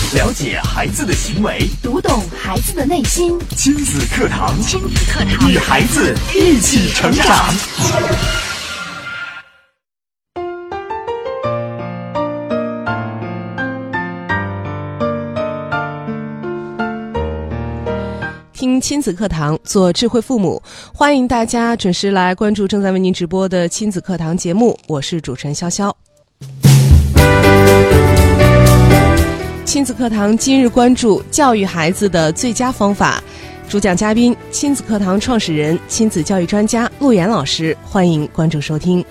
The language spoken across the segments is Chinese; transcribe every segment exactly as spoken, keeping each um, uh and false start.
了解孩子的行为， 读懂孩子的内心。 亲子课堂， 亲子课堂， 与孩子一起成长。 听亲子课堂，做智慧父母，欢迎大家准时来关注正在为您直播的亲子课堂节目，我是主持人潇潇。亲子课堂今日关注教育孩子的最佳方法，主讲嘉宾亲子课堂创始人、亲子教育专家陆岩老师，欢迎关注收听。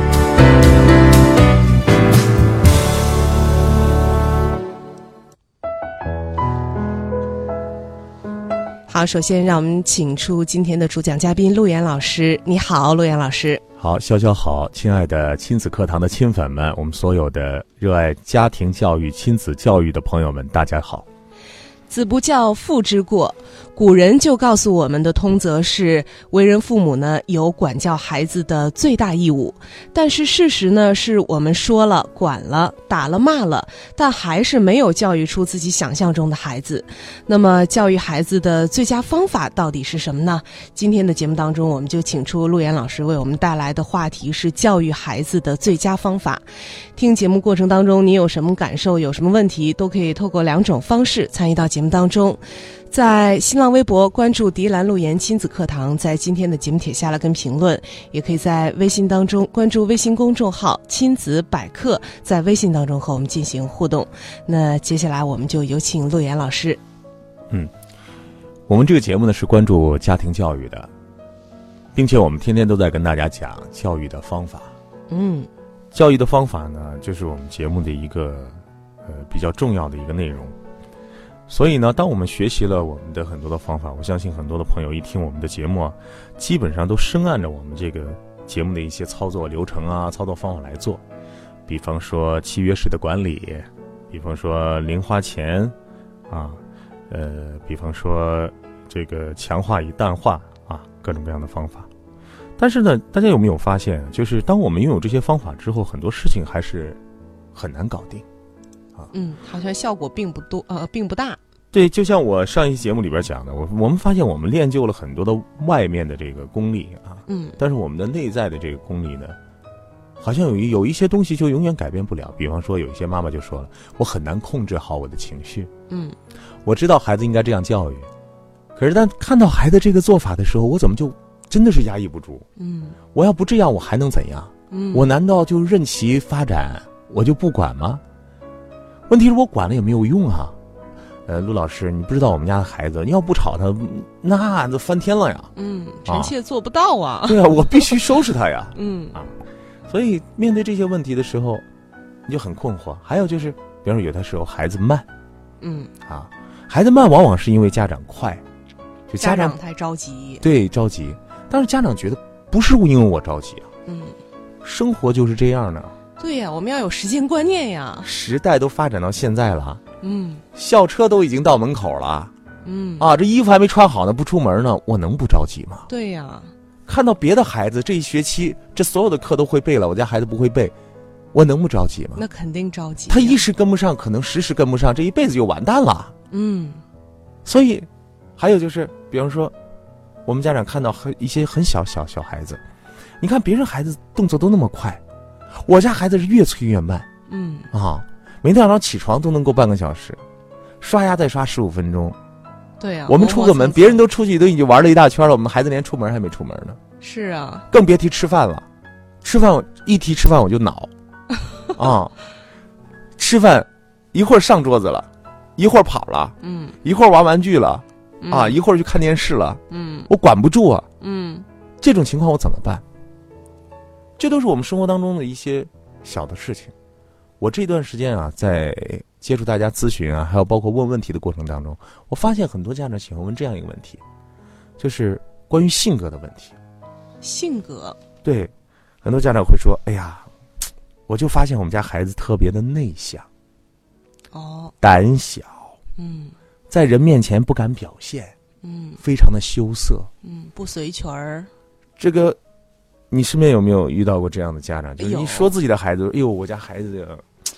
好，首先让我们请出今天的主讲嘉宾陆岩老师。你好，陆岩老师。 好，潇潇好，亲爱的亲子课堂的亲粉们，我们所有的热爱家庭教育、亲子教育的朋友们，大家好。 子不教，父之过。古人就告诉我们的通则是，为人父母呢有管教孩子的最大义务。但是事实呢，是我们说了、管了、打了、骂了，但还是没有教育出自己想象中的孩子。那么，教育孩子的最佳方法到底是什么呢？今天的节目当中，我们就请出陆岩老师为我们带来的话题是教育孩子的最佳方法。听节目过程当中，你有什么感受、有什么问题，都可以透过两种方式参与到节目当中。在新浪微博关注迪兰陆岩亲子课堂，在今天的节目帖下来跟评论，也可以在微信当中关注微信公众号亲子百科，在微信当中和我们进行互动。那接下来我们就有请陆岩老师。 嗯，我们这个节目呢是关注家庭教育的，并且我们天天都在跟大家讲教育的方法。 嗯， 教育的方法呢，就是我们节目的一个呃比较重要的一个内容。所以呢，当我们学习了我们的很多的方法，我相信很多的朋友一听我们的节目啊，基本上都深谙着我们这个节目的一些操作流程啊、操作方法来做。比方说契约式的管理，比方说零花钱啊，呃，比方说这个强化与淡化啊，各种各样的方法。但是呢，大家有没有发现，就是当我们拥有这些方法之后，很多事情还是很难搞定。 嗯，好像效果并不多，呃，并不大。 对，就像我上一期节目里边讲的，我我们发现我们练就了很多的外面的这个功力啊， 嗯， 但是我们的内在的这个功力呢，好像有一有一些东西就永远改变不了。比方说，有一些妈妈就说了，我很难控制好我的情绪， 嗯， 我知道孩子应该这样教育，可是当看到孩子这个做法的时候，我怎么就真的是压抑不住？ 嗯， 我要不这样，我还能怎样？ 嗯，我难道就任其发展，我就不管吗？问题是我管了也没有用啊。呃，陆老师，你不知道我们家的孩子，你要不吵他，那就翻天了呀。 嗯，臣妾做不到啊。 啊对啊，我必须收拾他呀。 嗯啊，所以面对这些问题的时候，你就很困惑。还有就是，比方说有的时候孩子慢， 嗯啊，孩子慢往往是因为家长快，就家长太着急。 对，着急。但是家长觉得不是因为我着急啊， 嗯， 生活就是这样的。 对呀，我们要有时间观念呀。 时代都发展到现在了， 嗯， 校车都已经到门口了， 嗯啊，这衣服还没穿好呢，不出门呢，我能不着急吗？ 对呀， 看到别的孩子这一学期这所有的课都会背了，我家孩子不会背，我能不着急吗？ 那肯定着急。 他一时跟不上，可能时时跟不上，这一辈子就完蛋了。 嗯， 所以，还有就是，比方说，我们家长看到很一些很小小小孩子，你看别人孩子动作都那么快。我家孩子是越催越慢， 嗯啊，每天早上起床都能够半个小时，刷牙再刷十五分钟。 对啊， 我们出个门，别人都出去都已经玩了一大圈了，我们孩子连出门还没出门呢。 是啊， 更别提吃饭了，吃饭我一提吃饭我就恼，啊，吃饭一会儿上桌子了，一会儿跑了， 嗯， 一会儿玩玩具了， 嗯、 啊，一会儿去看电视了， 嗯， 我管不住啊， 嗯， 这种情况我怎么办？这都是我们生活当中的一些小的事情。我这段时间啊，在接触大家咨询啊，还有包括问问题的过程当中，我发现很多家长喜欢问这样一个问题，就是关于性格的问题。 性格？ 对，很多家长会说：“哎呀，我就发现我们家孩子特别的内向， 哦， 胆小， 嗯， 在人面前不敢表现， 嗯， 非常的羞涩， 嗯，不随群儿。” 这个。你身边有没有遇到过这样的家长？就是你说自己的孩子，哎呦，我家孩子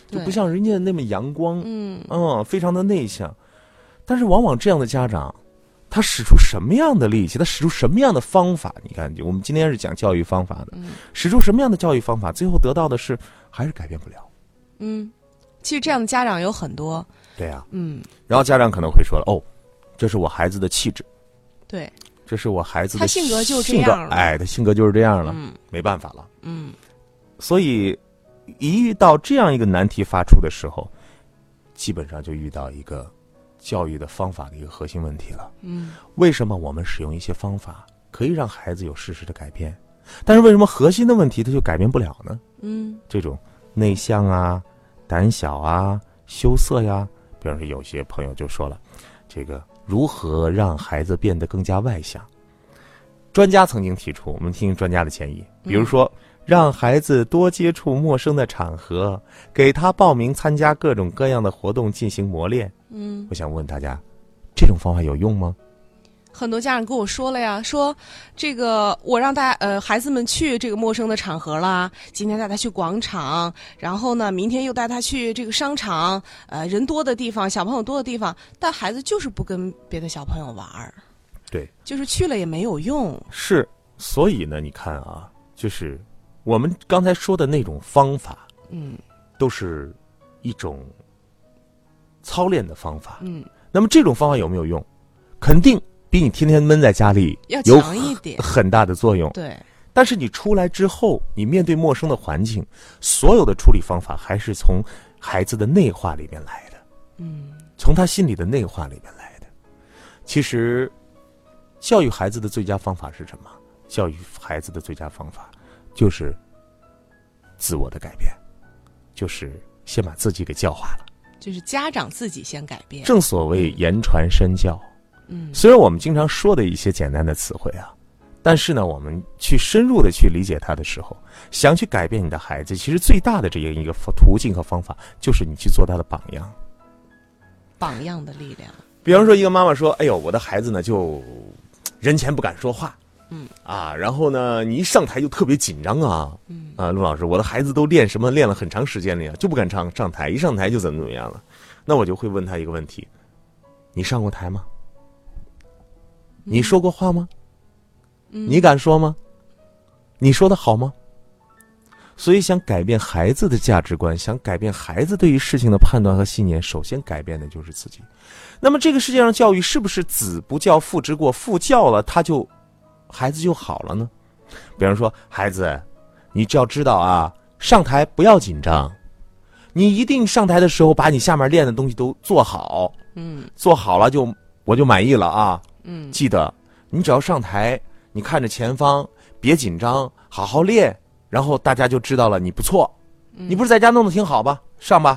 就不像人家那么阳光， 嗯嗯，非常的内向。但是往往这样的家长，他使出什么样的力气，他使出什么样的方法？你看，我们今天是讲教育方法的， 嗯、 使出什么样的教育方法，最后得到的是还是改变不了。 嗯，其实这样的家长有很多。 对呀、啊， 嗯， 然后家长可能会说了，哦，这是我孩子的气质， 对， 这是我孩子的他性格就这样了， 哎，他性格就是这样了， 嗯， 没办法了， 嗯， 所以一遇到这样一个难题发出的时候，基本上就遇到一个教育的方法的一个核心问题了。 嗯， 为什么我们使用一些方法可以让孩子有适时的改变，但是为什么核心的问题他就改变不了呢？ 嗯， 这种内向啊、胆小啊、羞涩呀，比方说有些朋友就说了，这个如何让孩子变得更加外向？专家曾经提出，我们听听专家的建议，比如说、嗯、让孩子多接触陌生的场合，给他报名参加各种各样的活动进行磨练。 嗯， 我想问大家，这种方法有用吗？ 很多家长跟我说了呀，说这个我让大家呃孩子们去这个陌生的场合啦，今天带他去广场，然后呢明天又带他去这个商场，呃人多的地方，小朋友多的地方，但孩子就是不跟别的小朋友玩儿， 对， 就是去了也没有用。 是，所以呢，你看啊，就是我们刚才说的那种方法， 嗯， 都是一种操练的方法， 嗯， 那么这种方法有没有用？肯定比你天天闷在家里要有强一点， 很大的作用。 对， 但是你出来之后，你面对陌生的环境，所有的处理方法还是从孩子的内化里面来的， 嗯， 从他心里的内化里面来的。其实，教育孩子的最佳方法是什么？教育孩子的最佳方法就是自我的改变，就是先把自己给教化了。 就是家长自己先改变。 正所谓言传身教。 嗯， 虽然我们经常说的一些简单的词汇啊，但是呢，我们去深入的去理解它的时候，想去改变你的孩子，其实最大的这样一个途径和方法，就是你去做他的榜样。 榜样的力量。 比方说，一个妈妈说：“哎呦，我的孩子呢，就人前不敢说话， 嗯啊，然后呢，你一上台就特别紧张啊， 嗯啊，陆老师，我的孩子都练什么练了很长时间了呀，就不敢上上台，一上台就怎么怎么样了。”那我就会问他一个问题：你上过台吗？你说过话吗？ 嗯、 你敢说吗？你说的好吗？所以想改变孩子的价值观，想改变孩子对于事情的判断和信念，首先改变的就是自己。那么这个世界上教育是不是子不教父之过，父教了他就孩子就好了呢？比方说，孩子你只要知道啊，上台不要紧张，你一定上台的时候把你下面练的东西都做好， 嗯， 做好了就我就满意了啊。 嗯， 记得你只要上台，你看着前方，别紧张，好好练，然后大家就知道了你不错。 嗯、 你不是在家弄得挺好吧？上吧。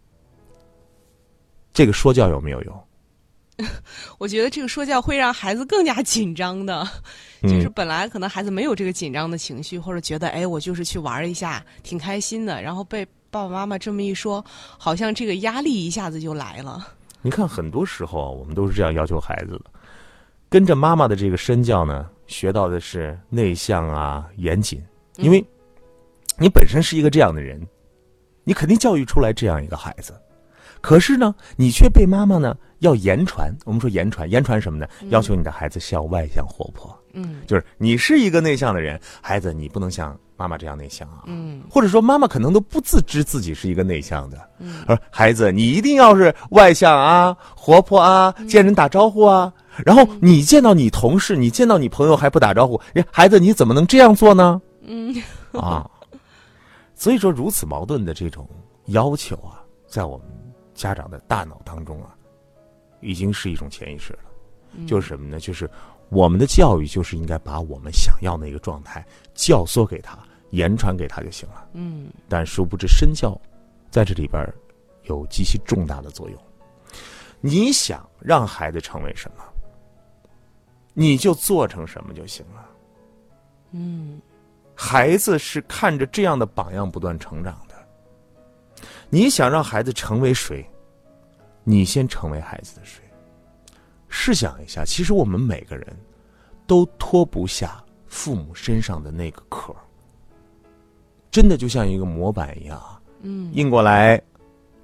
这个说教有没有用？ 我觉得这个说教会让孩子更加紧张的， 嗯、 就是本来可能孩子没有这个紧张的情绪，或者觉得哎，我就是去玩一下，挺开心的，然后被爸爸妈妈这么一说，好像这个压力一下子就来了。 你看，很多时候我们都是这样要求孩子的。跟着妈妈的这个身教呢，学到的是内向啊、严谨，因为你本身是一个这样的人，你肯定教育出来这样一个孩子。可是呢，你却被妈妈呢要言传。我们说言传，言传什么呢？要求你的孩子是要外向活泼。 嗯， 就是你是一个内向的人，孩子你不能像妈妈这样内向啊。 嗯， 或者说妈妈可能都不自知自己是一个内向的。 嗯， 而孩子你一定要是外向啊、活泼啊、见人打招呼啊。嗯、然后你见到你同事，你见到你朋友还不打招呼，孩子你怎么能这样做呢？ 嗯， 啊，所以说如此矛盾的这种要求啊，在我们家长的大脑当中啊，已经是一种潜意识了。 嗯、 就是什么呢？就是我们的教育就是应该把我们想要的一个状态教唆给他，言传给他就行了。 嗯， 但殊不知身教在这里边有极其重大的作用。你想让孩子成为什么，你就做成什么就行了。 嗯， 孩子是看着这样的榜样不断成长的。你想让孩子成为谁，你先成为孩子的谁。试想一下，其实我们每个人都脱不下父母身上的那个壳，真的就像一个模板一样， 嗯， 印过来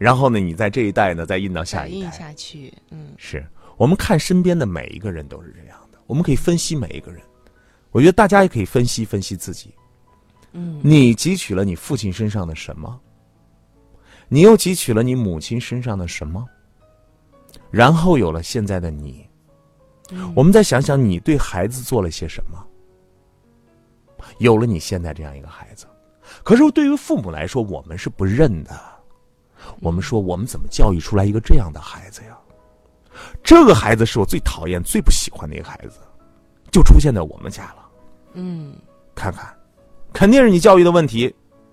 然后呢，你在这一代呢，再印到下一代， 印下去。嗯， 是我们看身边的每一个人都是这样的，我们可以分析每一个人。我觉得大家也可以分析分析自己。 嗯， 你汲取了你父亲身上的什么？你又汲取了你母亲身上的什么？然后有了现在的你。 嗯、 我们再想想，你对孩子做了些什么？有了你现在这样一个孩子。可是对于父母来说，我们是不认的。我们说，我们怎么教育出来一个这样的孩子呀？这个孩子是我最讨厌、最不喜欢的一个孩子，就出现在我们家了。 嗯， 看看，肯定是你教育的问题，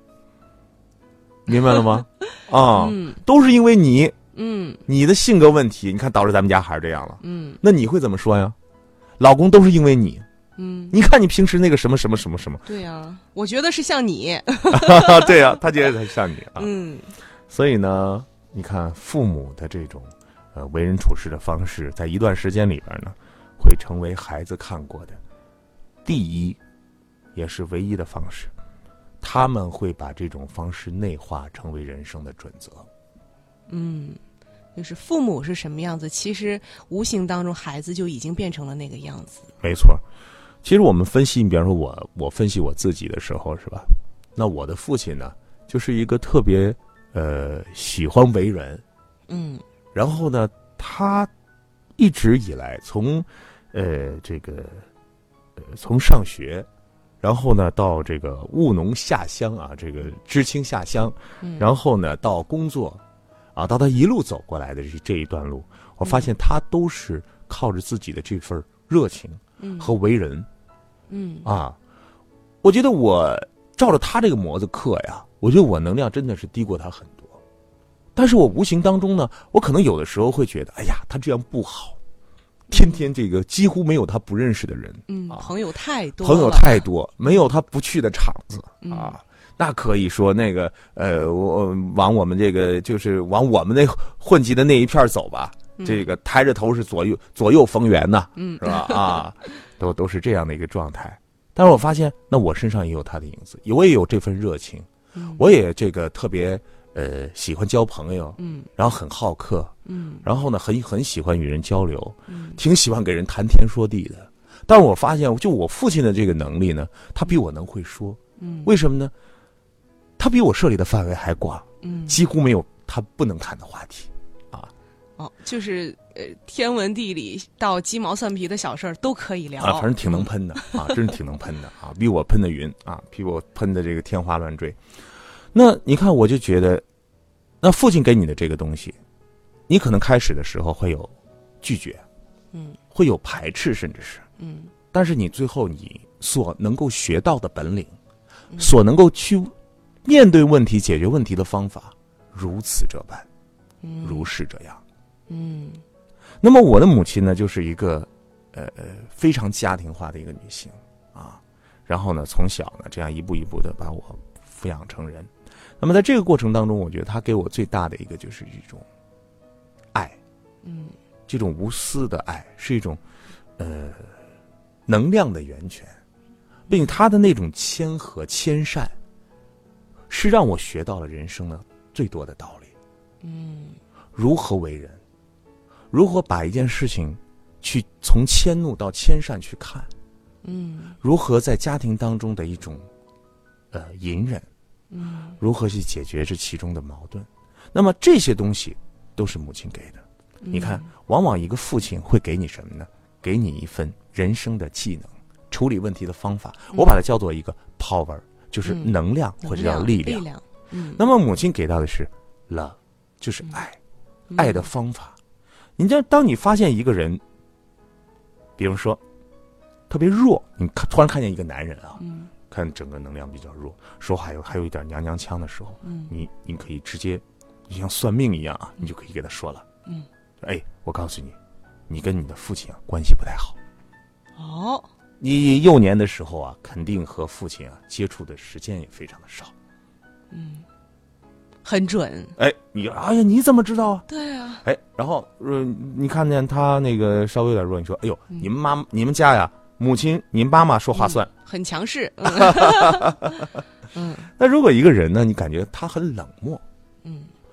明白了吗？啊、 嗯， 都是因为你， 嗯， 你的性格问题，你看导致咱们家孩儿这样了。 嗯， 那你会怎么说呀？老公都是因为你。 嗯， 你看你平时那个什么什么什么什么。 对呀、啊，我觉得是像你。 对呀、啊，他觉得他像你啊。 嗯， 所以呢，你看父母的这种呃为人处事的方式，在一段时间里边呢，会成为孩子看过的第一，也是唯一的方式。他们会把这种方式内化成为人生的准则。 嗯，就是父母是什么样子，其实无形当中孩子就已经变成了那个样子。 没错，其实我们分析，你比方说我我分析我自己的时候，是吧？那我的父亲呢，就是一个特别呃喜欢为人， 嗯， 然后呢，他一直以来从呃这个呃从上学。然后呢，到这个务农下乡啊，这个知青下乡， 嗯、 然后呢，到工作，啊，到他一路走过来的这这一段路，我发现他都是靠着自己的这份热情和为人， 嗯啊，我觉得我照着他这个模子刻呀，我觉得我能量真的是低过他很多，但是我无形当中呢，我可能有的时候会觉得，哎呀，他这样不好。天天这个几乎没有他不认识的人， 嗯， 啊、 朋友太多， 朋友太多，没有他不去的场子、 嗯、 啊。那可以说那个呃，我往我们这个就是往我们那混迹的那一片走吧。嗯、这个抬着头是左右左右逢源呐， 嗯， 是吧？啊，都都是这样的一个状态。但是我发现，那我身上也有他的影子，我也有这份热情， 嗯、 我也这个特别。呃，喜欢交朋友， 嗯， 然后很好客， 嗯， 然后呢，很很喜欢与人交流， 嗯， 挺喜欢给人谈天说地的。但是我发现，就我父亲的这个能力呢，他比我能会说， 嗯， 为什么呢？他比我涉猎的范围还广， 嗯， 几乎没有他不能谈的话题，啊， 哦，就是呃，天文地理到鸡毛蒜皮的小事儿都可以聊， 啊，反正挺能喷的、嗯、啊，真是挺能喷的啊，比我喷的匀啊，比我喷的这个天花乱坠。那你看，我就觉得，那父亲给你的这个东西，你可能开始的时候会有拒绝， 嗯， 会有排斥，甚至是， 嗯， 但是你最后你所能够学到的本领，嗯、所能够去面对问题、解决问题的方法，如此这般， 嗯， 如是这样， 嗯。 那么我的母亲呢，就是一个呃呃非常家庭化的一个女性啊，然后呢，从小呢这样一步一步的把我抚养成人。那么在这个过程当中，我觉得他给我最大的一个就是一种爱， 嗯， 这种无私的爱是一种呃能量的源泉，并且他的那种谦和谦善，是让我学到了人生的最多的道理。 嗯， 如何为人，如何把一件事情去从迁怒到谦善去看， 嗯， 如何在家庭当中的一种呃隐忍。 嗯， 如何去解决这其中的矛盾？那么这些东西都是母亲给的。 嗯、 你看，往往一个父亲会给你什么呢？给你一份人生的技能，处理问题的方法。 嗯、 我把它叫做一个 power， 就是能量、嗯、或者叫力量。 力量。嗯。 那么母亲给到的是 love， 就是爱， 嗯、 爱的方法。你这当你发现一个人，比如说特别弱，你看突然看见一个男人啊。 嗯， 看整个能量比较弱，说话有还有一点娘娘腔的时候， 嗯， 你你可以直接，就像算命一样啊，你就可以给他说了， 嗯， 哎，我告诉你，你跟你的父亲啊关系不太好， 哦， 你幼年的时候啊，肯定和父亲啊接触的时间也非常的少， 嗯，很准， 哎，你哎呀，你怎么知道啊？ 对啊， 哎，然后呃，你看见他那个稍微有点弱，你说，哎呦，嗯、你们妈你们家呀。母亲，您妈妈说话算， 嗯、很强势。 嗯，那如果一个人呢，你感觉他很冷漠， 嗯，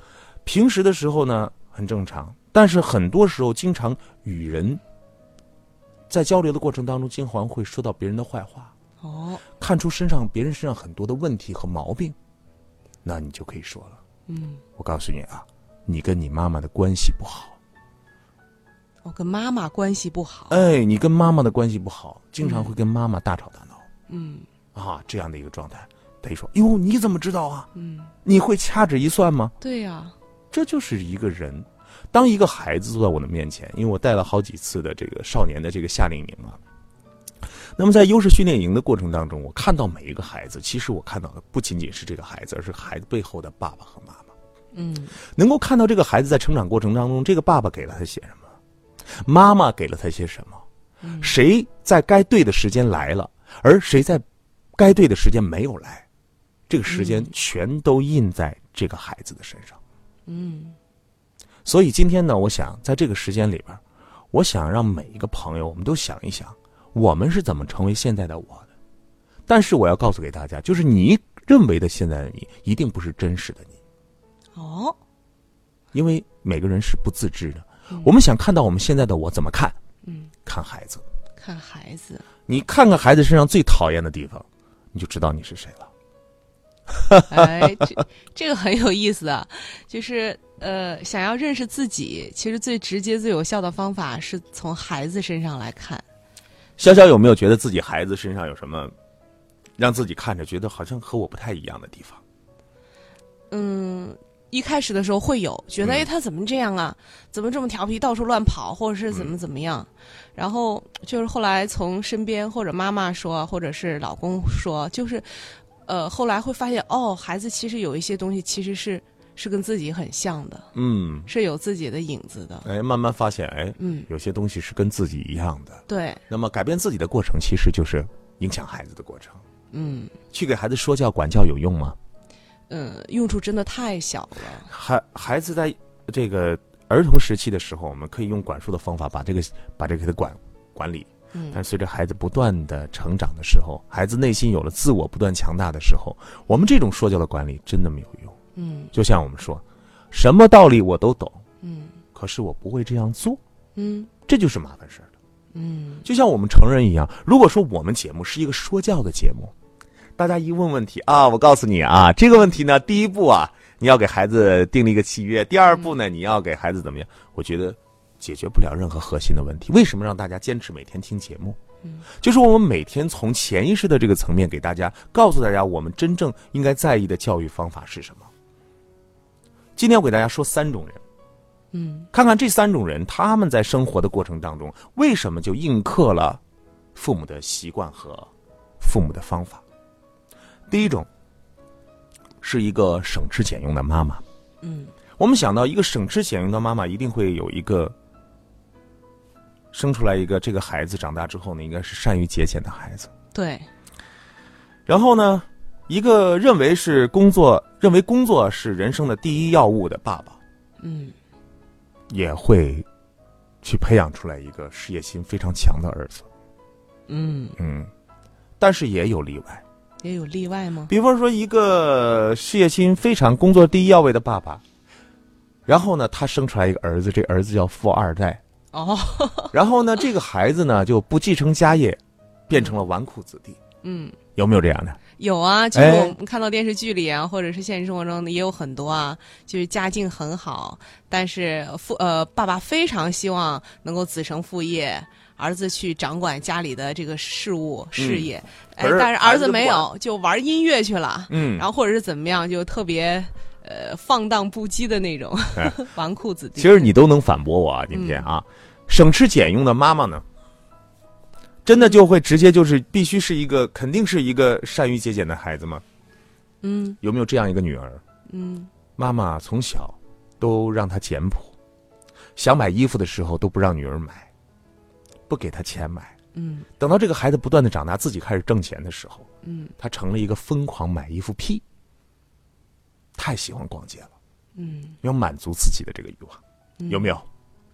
平时的时候呢很正常，但是很多时候经常与人在交流的过程当中，经常会说到别人的坏话， 哦， 看出身上别人身上很多的问题和毛病，那你就可以说了， 嗯， 我告诉你啊，你跟你妈妈的关系不好。 我跟妈妈关系不好。 哎，你跟妈妈的关系不好，经常会跟妈妈大吵大闹。 嗯， 啊，这样的一个状态，他一说，哟，你怎么知道啊？ 嗯， 你会掐指一算吗？ 对呀、啊， 这就是一个人。当一个孩子坐在我的面前，因为我带了好几次的这个少年的这个夏令营啊。那么在优势训练营的过程当中，我看到每一个孩子，其实我看到的不仅仅是这个孩子，而是孩子背后的爸爸和妈妈。 嗯， 能够看到这个孩子在成长过程当中，这个爸爸给了他些什么，妈妈给了他些什么， 嗯、 谁在该对的时间来了，而谁在该对的时间没有来，这个时间全都印在这个孩子的身上。 嗯， 所以今天呢，我想在这个时间里边，我想让每一个朋友，我们都想一想，我们是怎么成为现在的我的。但是我要告诉给大家，就是你认为的现在的你，一定不是真实的你。 哦， 因为每个人是不自知的。嗯、我们想看到我们现在的我怎么看？ 嗯， 看孩子， 看孩子。 你看看孩子身上最讨厌的地方，你就知道你是谁了。 哎，这这个很有意思啊，就是呃，想要认识自己，其实最直接、最有效的方法是从孩子身上来看。 潇潇有没有觉得自己孩子身上有什么让自己看着觉得好像和我不太一样的地方？ 嗯。一开始的时候会有觉得，哎，他怎么这样啊？怎么这么调皮，到处乱跑，或者是怎么怎么样？然后就是后来从身边或者妈妈说，或者是老公说，就是，呃，后来会发现，哦，孩子其实有一些东西其实是是跟自己很像的， 嗯， 是有自己的影子的。 哎，慢慢发现，哎， 嗯， 有些东西是跟自己一样的。 对。 那么改变自己的过程，其实就是影响孩子的过程。 嗯， 去给孩子说教管教有用吗？ 嗯，用处真的太小了。 孩孩子在这个儿童时期的时候，我们可以用管束的方法把这个把这个给他管管理。嗯，但随着孩子不断的成长的时候，孩子内心有了自我不断强大的时候，我们这种说教的管理真的没有用。 嗯， 就像我们说，什么道理我都懂， 嗯， 可是我不会这样做， 嗯， 这就是麻烦事儿了。 嗯， 就像我们成人一样，如果说我们节目是一个说教的节目。大家一问问题啊，我告诉你啊，这个问题呢，第一步啊，你要给孩子订立一个契约；第二步呢，你要给孩子怎么样？我觉得解决不了任何核心的问题。为什么让大家坚持每天听节目？嗯，就是我们每天从潜意识的这个层面给大家告诉大家，我们真正应该在意的教育方法是什么。今天我给大家说三种人， 嗯，看看这三种人他们在生活的过程当中，为什么就印刻了父母的习惯和父母的方法。第一种是一个省吃俭用的妈妈。 嗯， 我们想到一个省吃俭用的妈妈，一定会有一个生出来一个这个孩子长大之后呢，应该是善于节俭的孩子。 对。 然后呢，一个认为是工作，认为工作是人生的第一要务的爸爸， 嗯， 也会去培养出来一个事业心非常强的儿子。 嗯嗯，但是也有例外。 也有例外吗？ 比方说一个事业心非常、工作第一要位的爸爸，然后呢，他生出来一个儿子，这儿子叫富二代。 哦。 然后呢，这个孩子呢就不继承家业，变成了纨绔子弟。 嗯， 有没有这样的？ 有啊，就是我们看到电视剧里啊，或者是现实生活中也有很多啊，就是家境很好，但是父呃爸爸非常希望能够子承父业。儿子去掌管家里的这个事务事业， 嗯、 哎，但是儿子没有，就玩音乐去了， 嗯， 然后或者是怎么样，就特别呃放荡不羁的那种纨绔子弟。 其实你都能反驳我啊，今天啊，嗯、省吃俭用的妈妈呢，真的就会直接就是必须是一个，肯定是一个善于节俭的孩子吗？ 嗯， 有没有这样一个女儿？ 嗯， 妈妈从小都让她简朴，想买衣服的时候都不让女儿买。不给他钱买， 嗯，等到这个孩子不断的长大，自己开始挣钱的时候， 嗯， 他成了一个疯狂买衣服癖，太喜欢逛街了， 嗯， 要满足自己的这个欲望， 嗯、 有没有？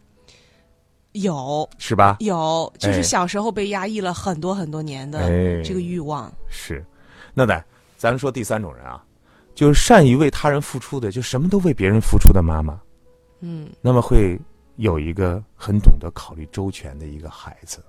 有， 是吧？ 有，就是小时候被压抑了很多很多年的这个欲望。 哎、是，那咱咱说第三种人啊， 就是善于为他人付出的，就什么都为别人付出的妈妈， 嗯， 那么会有一个很懂得考虑周全的一个孩子，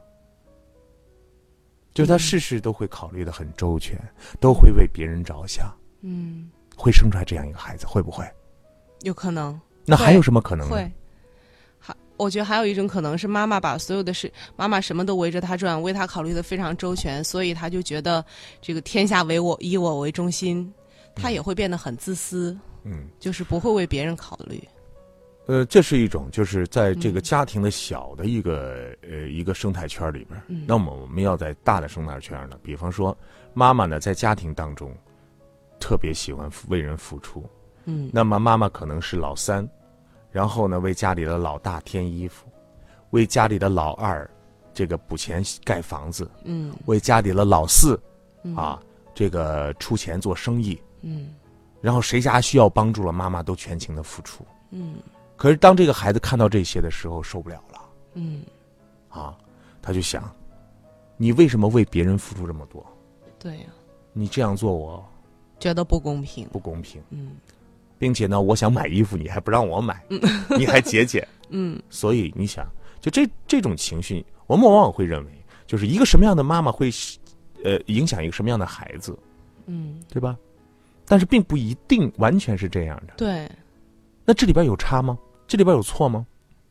就是他事事都会考虑的很周全，都会为别人着想。 嗯， 会生出来这样一个孩子，会不会？ 有可能。 那还有什么可能呢？ 会。还，我觉得还有一种可能是妈妈把所有的事，妈妈什么都围着他转，为他考虑的非常周全，所以他就觉得这个天下为我，以我为中心，他也会变得很自私。 嗯， 就是不会为别人考虑。 呃，这是一种，就是在这个家庭的小的一个、嗯、呃一个生态圈里边，嗯、那么我们要在大的生态圈呢，比方说妈妈呢在家庭当中特别喜欢为人付出， 嗯， 那么妈妈可能是老三，然后呢为家里的老大添衣服，为家里的老二这个补钱盖房子， 嗯， 为家里的老四、 嗯、 啊这个出钱做生意， 嗯， 然后谁家需要帮助了，妈妈都全情的付出， 嗯。 可是当这个孩子看到这些的时候受不了了， 嗯， 啊，他就想，你为什么为别人付出这么多？ 对呀、啊， 你这样做我觉得不公平， 不公平。 嗯， 并且呢，我想买衣服，你还不让我买， 嗯、 你还节俭， 嗯， 所以你想，就这这种情绪，我们往往会认为，就是一个什么样的妈妈会，呃，影响一个什么样的孩子， 嗯， 对吧？但是并不一定完全是这样的。 对， 那这里边有差吗？这里边有错吗？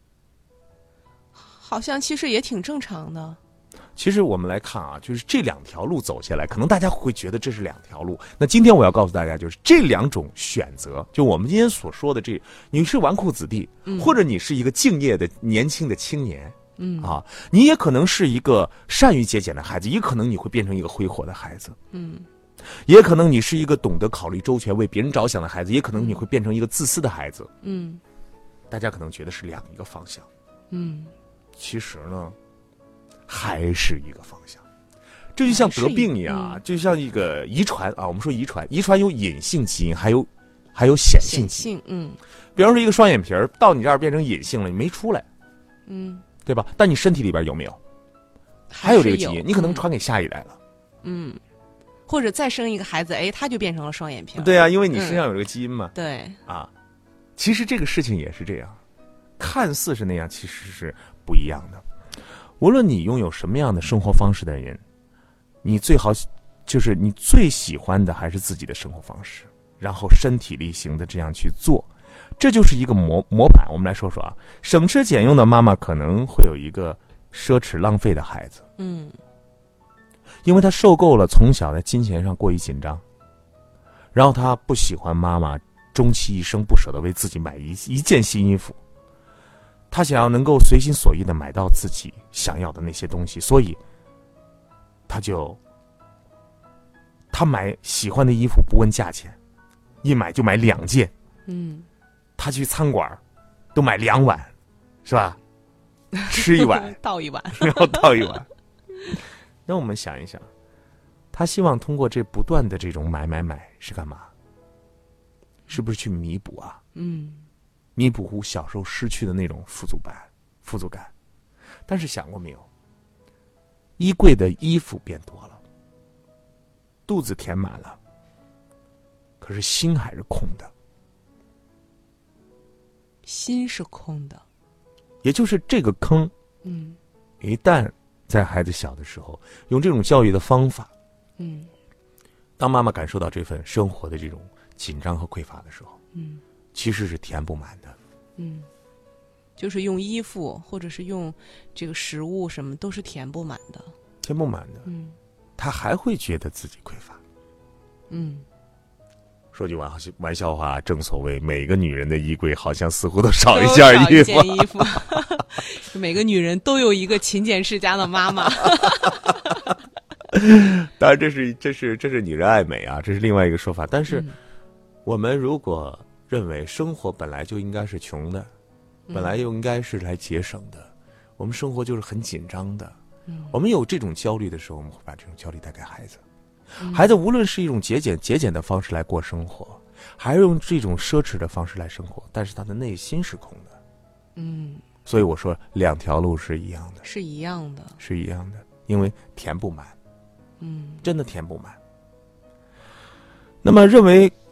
好像其实也挺正常的。 其实我们来看啊，就是这两条路走下来，可能大家会觉得这是两条路。那今天我要告诉大家，就是这两种选择，就我们今天所说的这，你是纨绔子弟，嗯、或者你是一个敬业的年轻的青年， 嗯啊，你也可能是一个善于节俭的孩子，也可能你会变成一个挥霍的孩子， 嗯， 也可能你是一个懂得考虑周全、为别人着想的孩子，也可能你会变成一个自私的孩子， 嗯， 大家可能觉得是两一个方向， 嗯， 其实呢，还是一个方向。这就像得病一样，嗯、就像一个遗传啊。我们说遗传，遗传有隐性基因，还有还有显性基因。 嗯， 比方说一个双眼皮儿到你这儿变成隐性了，你没出来， 嗯， 对吧？但你身体里边有没有？还有这个基因，你可能传给下一代了。 嗯，或者再生一个孩子，哎，他就变成了双眼皮。 对啊，因为你身上有这个基因嘛。 嗯、对啊，其实这个事情也是这样，看似是那样，其实是不一样的。无论你拥有什么样的生活方式的人，你最好就是你最喜欢的还是自己的生活方式，然后身体力行的这样去做，这就是一个模模板。我们来说说啊，省吃俭用的妈妈可能会有一个奢侈浪费的孩子， 嗯， 因为他受够了从小在金钱上过于紧张，然后他不喜欢妈妈终其一生不舍得为自己买一一件新衣服。他想要能够随心所欲的买到自己想要的那些东西，所以他就他买喜欢的衣服不问价钱，一买就买两件。 嗯， 他去餐馆都买两碗，是吧？吃一碗倒一碗然后倒一碗。那我们想一想，他希望通过这不断的这种买买买是干嘛？是不是去弥补啊？ 嗯， 弥补小时候失去的那种富足感，富足感。但是想过没有，衣柜的衣服变多了，肚子填满了，可是心还是空的。 心是空的， 也就是这个坑， 嗯， 一旦在孩子小的时候用这种教育的方法， 嗯， 当妈妈感受到这份生活的这种紧张和匮乏的时候， 嗯， 其实是填不满的， 嗯，就是用衣服或者是用这个食物什么都是填不满的， 填不满的， 嗯， 他还会觉得自己匮乏， 嗯。 说句玩玩笑话，正所谓每个女人的衣柜好像似乎都少一件衣服， 少一件衣服每个女人都有一个勤俭持家的妈妈。 当然，这是这是这是女人爱美啊，这是另外一个说法。但是， 嗯、 我们如果认为生活本来就应该是穷的， 嗯、 本来又应该是来节省的，我们生活就是很紧张的。 嗯、 我们有这种焦虑的时候，我们会把这种焦虑带给孩子。孩子无论是一种节俭节俭的方式来过生活，还是用这种奢侈的方式来生活，但是他的内心是空的。 嗯， 所以我说两条路是一样的， 是一样的， 是一样的，因为填不满。 嗯， 真的填不满。那么认为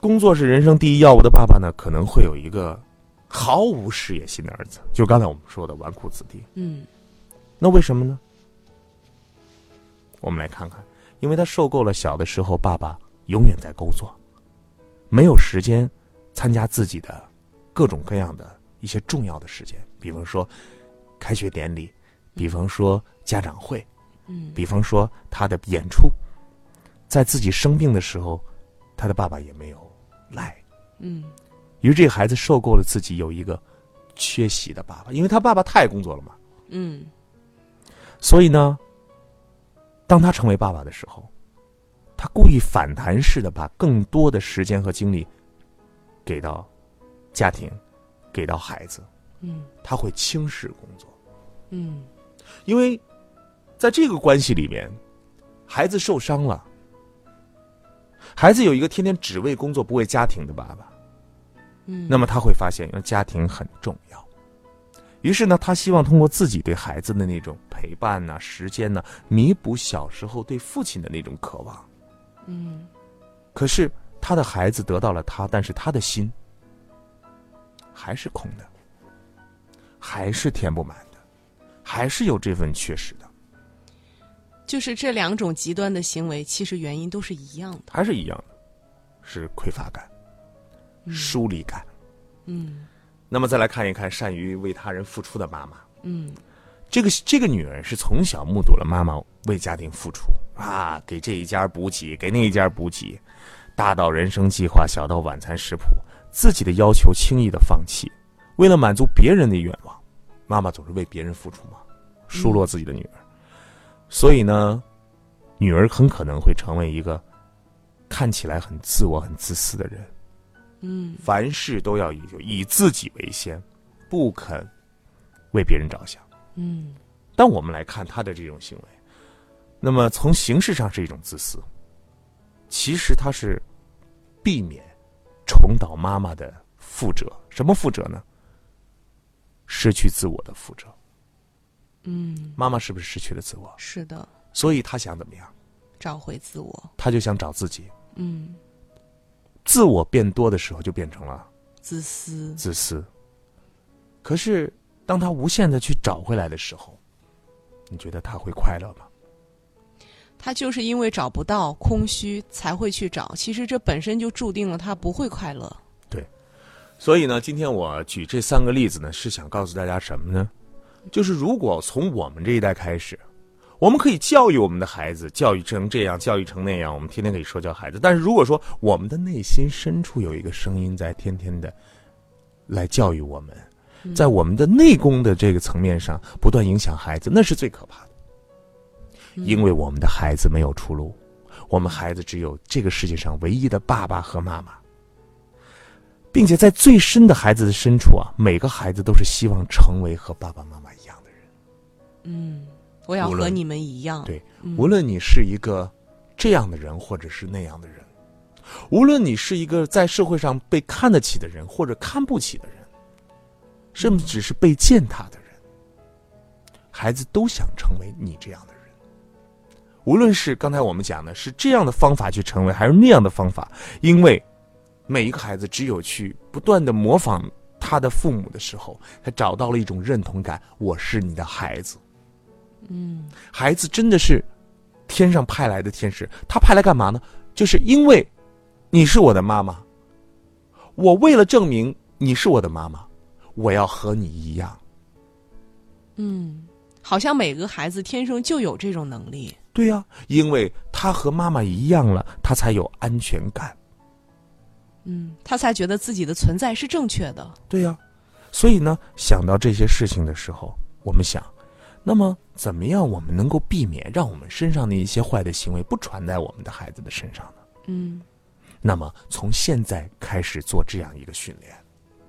工作是人生第一要务的爸爸呢，可能会有一个毫无事业心的儿子，就刚才我们说的纨绔子弟。 嗯， 那为什么呢？我们来看看，因为他受够了小的时候爸爸永远在工作，没有时间参加自己的各种各样的一些重要的事件，比方说开学典礼，比方说家长会， 嗯， 比方说他的演出。在自己生病的时候，他的爸爸也没有来。 嗯， 于是这个孩子受够了自己有一个缺席的爸爸，因为他爸爸太工作了嘛。 嗯， 所以呢，当他成为爸爸的时候，他故意反弹式的把更多的时间和精力给到家庭，给到孩子。 嗯， 他会轻视工作。 嗯， 因为在这个关系里面，孩子受伤了，孩子有一个天天只为工作不为家庭的爸爸。 嗯， 那么他会发现，因为家庭很重要。于是呢，他希望通过自己对孩子的那种陪伴呐、啊、时间呐、啊，弥补小时候对父亲的那种渴望。 嗯， 可是他的孩子得到了他，但是他的心还是空的，还是填不满的，还是有这份缺失的。 就是这两种极端的行为，其实原因都是一样的， 还是一样的，是匮乏感、 嗯、 疏离感。 嗯。 那么再来看一看善于为他人付出的妈妈。 嗯， 这个这个女人是从小目睹了妈妈为家庭付出啊，给这一家补给，给那一家补给，大到人生计划，小到晚餐食谱，自己的要求轻易的放弃，为了满足别人的愿望，妈妈总是为别人付出嘛，疏落自己的女儿。嗯、所以呢，女儿很可能会成为一个看起来很自我、很自私的人。 嗯， 凡事都要以以自己为先，不肯为别人着想。 嗯， 但我们来看他的这种行为，那么从形式上是一种自私，其实他是避免重蹈妈妈的覆辙。什么覆辙呢？失去自我的覆辙。 嗯， 妈妈是不是失去了自我？ 是的。 所以他想怎么样？ 找回自我。 他就想找自己。 嗯。 自我变多的时候，就变成了自私。 自私。可是，当他无限的去找回来的时候，你觉得他会快乐吗？ 他就是因为找不到空虚，才会去找。其实这本身就注定了他不会快乐。 对。所以呢，今天我举这三个例子呢，是想告诉大家什么呢？就是如果从我们这一代开始，我们可以教育我们的孩子，教育成这样，教育成那样，我们天天可以说教孩子。但是如果说我们的内心深处有一个声音在天天的来教育我们，在我们的内功的这个层面上不断影响孩子，那是最可怕的。因为我们的孩子没有出路，我们孩子只有这个世界上唯一的爸爸和妈妈，并且在最深的孩子的深处啊，每个孩子都是希望成为和爸爸妈妈一样的人。 嗯。我要和你们一样。 对，无论你是一个这样的人，或者是那样的人，无论你是一个在社会上被看得起的人，或者看不起的人，甚至只是被践踏的人，孩子都想成为你这样的人。无论是刚才我们讲的是这样的方法去成为，还是那样的方法，因为每一个孩子只有去不断的模仿他的父母的时候，他找到了一种认同感，我是你的孩子。 嗯， 孩子真的是天上派来的天使，他派来干嘛呢？就是因为你是我的妈妈，我为了证明你是我的妈妈，我要和你一样。 嗯，好像每个孩子天生就有这种能力。 对呀、啊，因为他和妈妈一样了，他才有安全感。 嗯，他才觉得自己的存在是正确的。 对呀、啊，所以呢，想到这些事情的时候，我们想，那么怎么样我们能够避免让我们身上的一些坏的行为不传在我们的孩子的身上呢？ 嗯， 那么从现在开始做这样一个训练，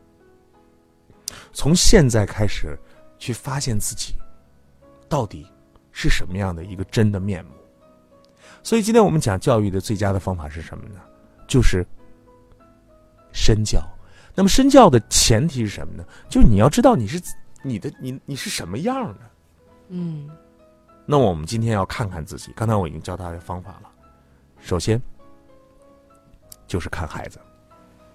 从现在开始去发现自己到底是什么样的一个真的面目。所以今天我们讲教育的最佳的方法是什么呢？就是身教。那么身教的前提是什么呢？就是你要知道你是你的你你是什么样的。 嗯， 那我们今天要看看自己。刚才我已经教大家方法了，首先就是看孩子。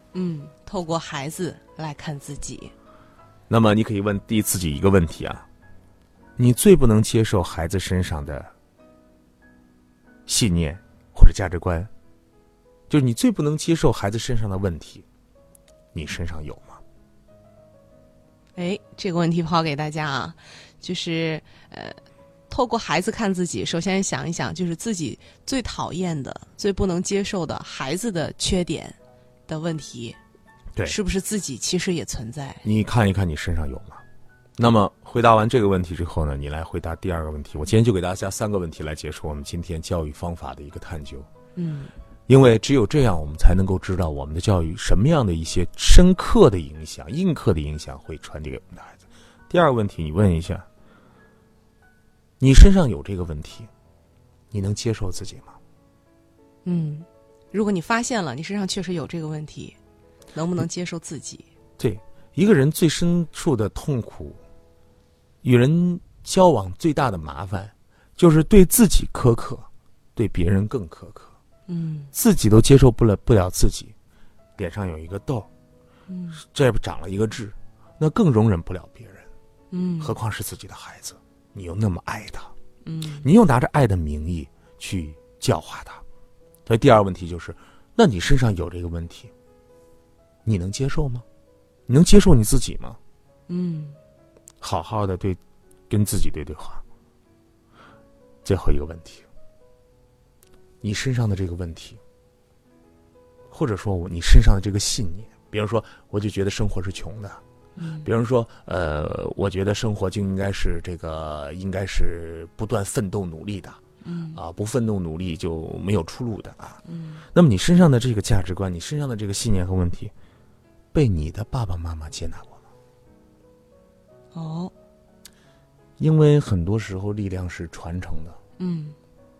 嗯，透过孩子来看自己。 那么你可以问第自己一个问题啊，你最不能接受孩子身上的信念或者价值观，就是你最不能接受孩子身上的问题，你身上有吗？ 哎，这个问题抛给大家啊，就是呃，透过孩子看自己，首先想一想，就是自己最讨厌的、最不能接受的孩子的缺点的问题， 对， 是不是自己其实也存在？ 你看一看你身上有吗？那么回答完这个问题之后呢，你来回答第二个问题。我今天就给大家三个问题来结束我们今天教育方法的一个探究。 嗯， 因为只有这样，我们才能够知道我们的教育什么样的一些深刻的影响、印刻的影响会传递给我们的孩子。第二个问题，你问一下，你身上有这个问题，你能接受自己吗？ 嗯，如果你发现了你身上确实有这个问题，能不能接受自己？ 对，一个人最深处的痛苦，与人交往最大的麻烦，就是对自己苛刻，对别人更苛刻。 嗯， 自己都接受不了不了自己，脸上有一个痘， 嗯， 这不长了一个痣，那更容忍不了别人。 嗯， 何况是自己的孩子，你又那么爱他， 嗯， 你又拿着爱的名义去教化他。所以第二个问题就是，那你身上有这个问题，你能接受吗？你能接受你自己吗？ 嗯， 好好的对，跟自己对对话。最后一个问题，你身上的这个问题，或者说我你身上的这个信念，比如说，我就觉得生活是穷的，嗯，比如说，呃，我觉得生活就应该是这个，应该是不断奋斗努力的，嗯，啊，不奋斗努力就没有出路的啊，嗯。那么你身上的这个价值观，你身上的这个信念和问题，被你的爸爸妈妈接纳过吗？ 哦， 因为很多时候力量是传承的， 嗯。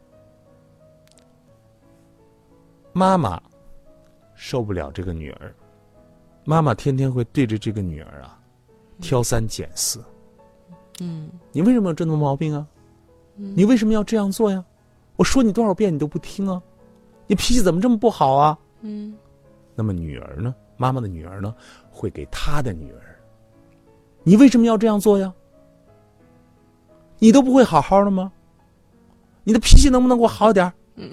妈妈受不了这个女儿，妈妈天天会对着这个女儿啊挑三拣四。 嗯， 你为什么有这种毛病啊？嗯，你为什么要这样做呀？我说你多少遍你都不听啊！你脾气怎么这么不好啊？嗯，那么女儿呢？妈妈的女儿呢？会给她的女儿，你为什么要这样做呀？你都不会好好的吗？你的脾气能不能给我好点？嗯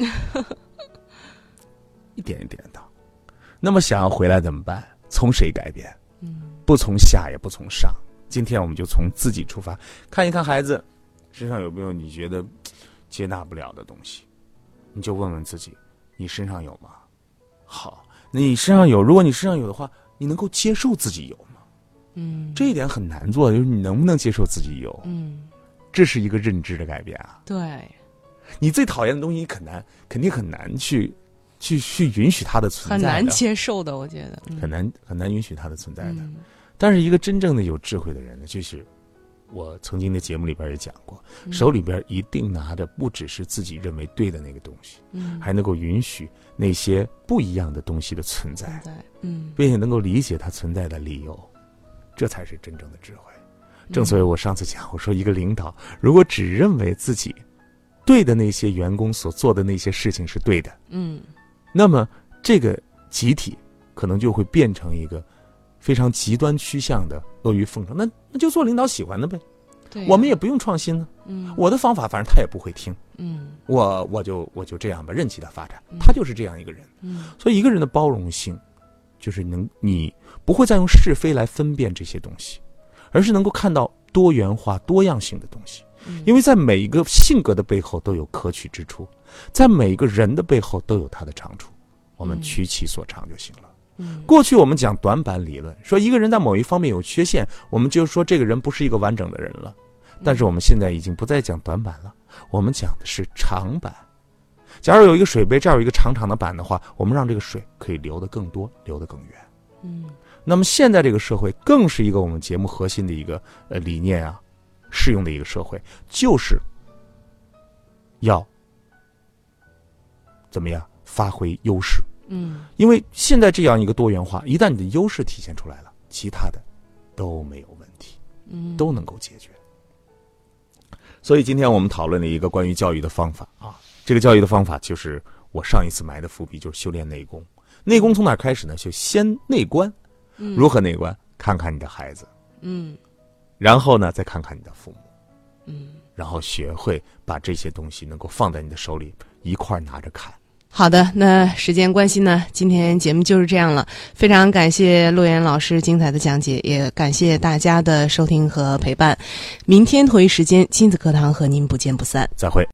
一点一点的，那么想要回来怎么办？从谁改变？嗯，不从下也不从上。今天我们就从自己出发，看一看孩子身上有没有你觉得接纳不了的东西，你就问问自己，你身上有吗？好，那你身上有，如果你身上有的话，你能够接受自己有吗？嗯，这一点很难做，就是你能不能接受自己有？嗯，这是一个认知的改变啊。 对， 你最讨厌的东西，你很难，肯定很难去。去去允许它的存在的， 很难接受的，我觉得、 嗯、很难很难允许它的存在的、嗯。但是一个真正的有智慧的人呢，就是我曾经的节目里边也讲过，嗯、手里边一定拿着不只是自己认为对的那个东西，嗯、还能够允许那些不一样的东西的存在，存在嗯，并且能够理解它存在的理由，这才是真正的智慧。正所谓我上次讲，我说一个领导如果只认为自己对的那些员工所做的那些事情是对的，嗯。那么这个集体可能就会变成一个非常极端趋向的阿谀奉承，那那就做领导喜欢的呗，对、啊，我们也不用创新呢，嗯，我的方法反正他也不会听，嗯，我我就我就这样吧，任其他发展，他就是这样一个人，嗯，所以一个人的包容性，就是能你不会再用是非来分辨这些东西，而是能够看到多元化、多样性的东西。因为在每一个性格的背后都有可取之处，在每一个人的背后都有他的长处，我们取其所长就行了。嗯、过去我们讲短板理论，说一个人在某一方面有缺陷，我们就说这个人不是一个完整的人了。但是我们现在已经不再讲短板了，我们讲的是长板。假如有一个水杯，这儿有一个长长的板的话，我们让这个水可以流得更多，流得更远。嗯，那么现在这个社会更是一个我们节目核心的一个呃理念啊。适用的一个社会，就是要怎么样发挥优势？嗯，因为现在这样一个多元化，一旦你的优势体现出来了，其他的都没有问题，嗯，都能够解决。所以今天我们讨论了一个关于教育的方法啊，这个教育的方法就是我上一次埋的伏笔，就是修炼内功。 内功从哪儿开始呢？就先内观， 嗯、 如何内观？看看你的孩子， 嗯， 然后呢，再看看你的父母， 嗯， 然后学会把这些东西能够放在你的手里，一块拿着看。 好的，那时间关系呢，今天节目就是这样了。非常感谢陆岩老师精彩的讲解，也感谢大家的收听和陪伴。明天同一时间，亲子课堂和您不见不散。 再会。